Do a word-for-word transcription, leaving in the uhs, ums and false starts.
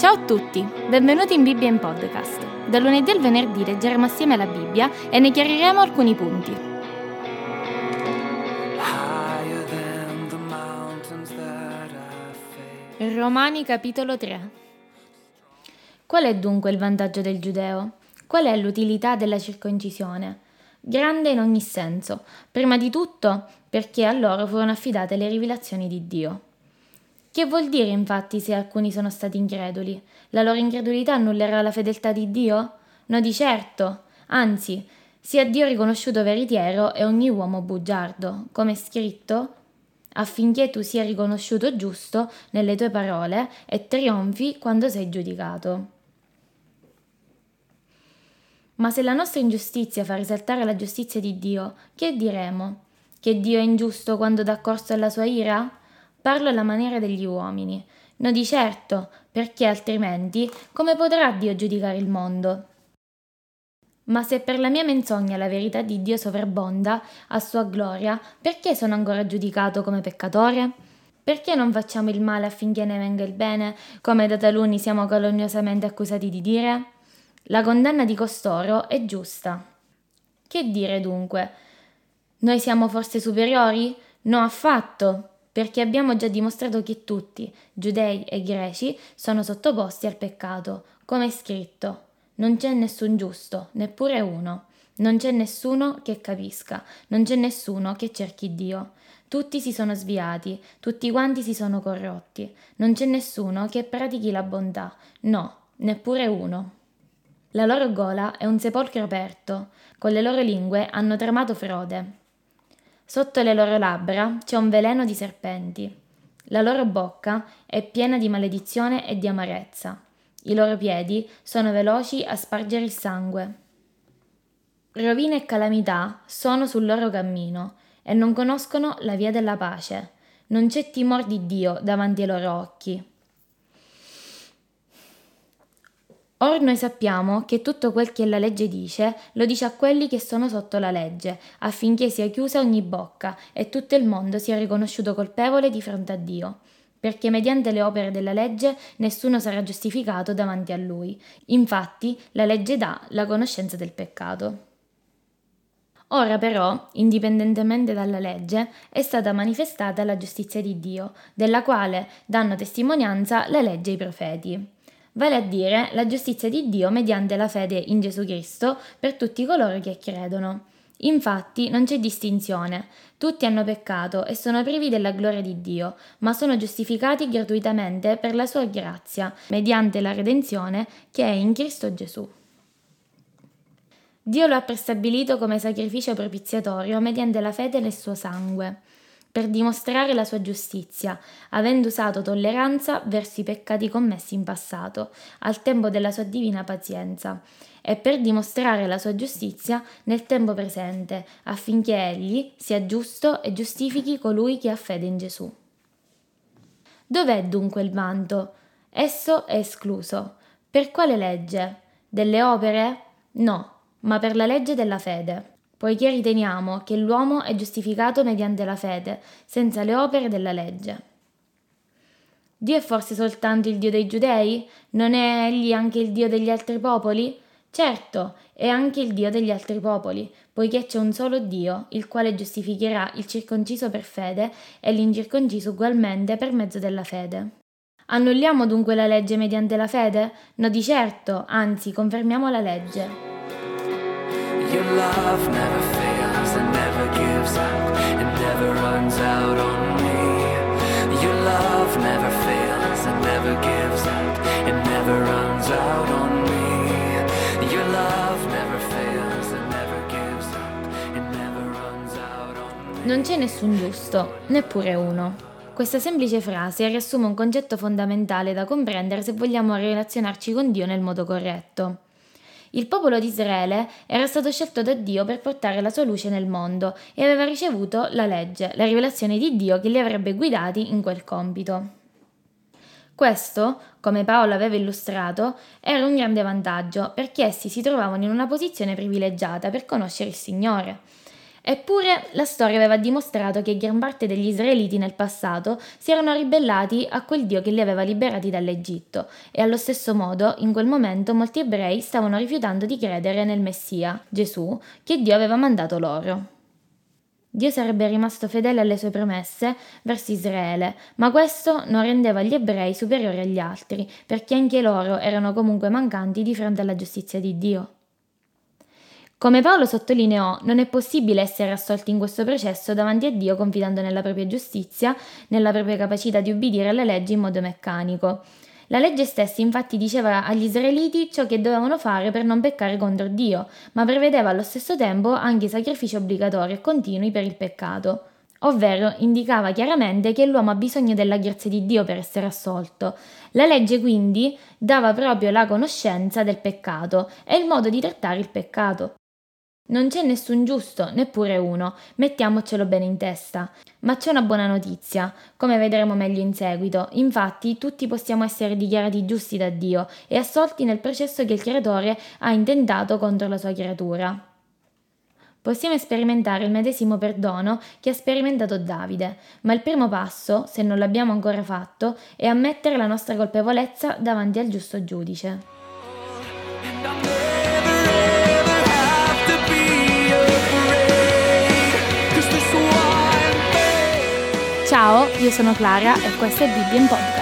Ciao a tutti, benvenuti in Bibbia in Podcast. Dal lunedì al venerdì leggeremo assieme la Bibbia e ne chiariremo alcuni punti. Romani capitolo tre. Qual è dunque il vantaggio del giudeo? Qual è l'utilità della circoncisione? Grande in ogni senso, prima di tutto perché a loro furono affidate le rivelazioni di Dio. Che vuol dire infatti se alcuni sono stati increduli? La loro incredulità annullerà la fedeltà di Dio? No, di certo, anzi, sia Dio riconosciuto veritiero e ogni uomo bugiardo, come è scritto, affinché tu sia riconosciuto giusto nelle tue parole e trionfi quando sei giudicato. Ma se la nostra ingiustizia fa risaltare la giustizia di Dio, che diremo? Che Dio è ingiusto quando dà corso alla sua ira? Parlo alla maniera degli uomini. No, di certo, perché altrimenti come potrà Dio giudicare il mondo? Ma se per la mia menzogna la verità di Dio sovrabbonda a sua gloria, perché sono ancora giudicato come peccatore? Perché non facciamo il male affinché ne venga il bene, come da taluni siamo calunniosamente accusati di dire? La condanna di costoro è giusta. Che dire dunque? Noi siamo forse superiori? No, affatto, perché abbiamo già dimostrato che tutti, giudei e greci, sono sottoposti al peccato, come è scritto. Non c'è nessun giusto, neppure uno. Non c'è nessuno che capisca, non c'è nessuno che cerchi Dio. Tutti si sono sviati, tutti quanti si sono corrotti. Non c'è nessuno che pratichi la bontà, no, neppure uno. La loro gola è un sepolcro aperto, con le loro lingue hanno tramato frode. Sotto le loro labbra c'è un veleno di serpenti. La loro bocca è piena di maledizione e di amarezza. I loro piedi sono veloci a spargere il sangue. Rovina e calamità sono sul loro cammino e non conoscono la via della pace. Non c'è timor di Dio davanti ai loro occhi. Or noi sappiamo che tutto quel che la legge dice, lo dice a quelli che sono sotto la legge, affinché sia chiusa ogni bocca e tutto il mondo sia riconosciuto colpevole di fronte a Dio. Perché mediante le opere della legge nessuno sarà giustificato davanti a Lui. Infatti la legge dà la conoscenza del peccato. Ora però, indipendentemente dalla legge, è stata manifestata la giustizia di Dio, della quale danno testimonianza la legge e i profeti. Vale a dire la giustizia di Dio mediante la fede in Gesù Cristo per tutti coloro che credono. Infatti non c'è distinzione, tutti hanno peccato e sono privi della gloria di Dio, ma sono giustificati gratuitamente per la sua grazia, mediante la redenzione che è in Cristo Gesù. Dio lo ha prestabilito come sacrificio propiziatorio mediante la fede nel suo sangue, per dimostrare la sua giustizia, avendo usato tolleranza verso i peccati commessi in passato, al tempo della sua divina pazienza, e per dimostrare la sua giustizia nel tempo presente, affinché egli sia giusto e giustifichi colui che ha fede in Gesù. Dov'è dunque il vanto? Esso è escluso. Per quale legge? Delle opere? No, ma per la legge della fede. Poiché riteniamo che l'uomo è giustificato mediante la fede, senza le opere della legge. Dio è forse soltanto il Dio dei Giudei? Non è egli anche il Dio degli altri popoli? Certo, è anche il Dio degli altri popoli, poiché c'è un solo Dio, il quale giustificherà il circonciso per fede e l'incirconciso ugualmente per mezzo della fede. Annulliamo dunque la legge mediante la fede? No, di certo, anzi, confermiamo la legge. Your love never fails and never gives up and never runs out on me. Your love never fails and never gives up and never runs out on me. Your love never fails and never gives up and never runs out on me. Non c'è nessun giusto, neppure uno. Questa semplice frase riassume un concetto fondamentale da comprendere se vogliamo relazionarci con Dio nel modo corretto. Il popolo di Israele era stato scelto da Dio per portare la sua luce nel mondo e aveva ricevuto la legge, la rivelazione di Dio che li avrebbe guidati in quel compito. Questo, come Paolo aveva illustrato, era un grande vantaggio perché essi si trovavano in una posizione privilegiata per conoscere il Signore. Eppure la storia aveva dimostrato che gran parte degli israeliti nel passato si erano ribellati a quel Dio che li aveva liberati dall'Egitto e allo stesso modo in quel momento molti ebrei stavano rifiutando di credere nel Messia, Gesù, che Dio aveva mandato loro. Dio sarebbe rimasto fedele alle sue promesse verso Israele, ma questo non rendeva gli ebrei superiori agli altri, perché anche loro erano comunque mancanti di fronte alla giustizia di Dio. Come Paolo sottolineò, non è possibile essere assolti in questo processo davanti a Dio confidando nella propria giustizia, nella propria capacità di ubbidire alle leggi in modo meccanico. La legge stessa infatti diceva agli israeliti ciò che dovevano fare per non peccare contro Dio, ma prevedeva allo stesso tempo anche sacrifici obbligatori e continui per il peccato. Ovvero indicava chiaramente che l'uomo ha bisogno della grazia di Dio per essere assolto. La legge quindi dava proprio la conoscenza del peccato e il modo di trattare il peccato. Non c'è nessun giusto, neppure uno, mettiamocelo bene in testa. Ma c'è una buona notizia, come vedremo meglio in seguito. Infatti, tutti possiamo essere dichiarati giusti da Dio e assolti nel processo che il Creatore ha intentato contro la sua creatura. Possiamo sperimentare il medesimo perdono che ha sperimentato Davide, ma il primo passo, se non l'abbiamo ancora fatto, è ammettere la nostra colpevolezza davanti al giusto giudice. Ciao, io sono Clara e questo è Bibbia in Podcast.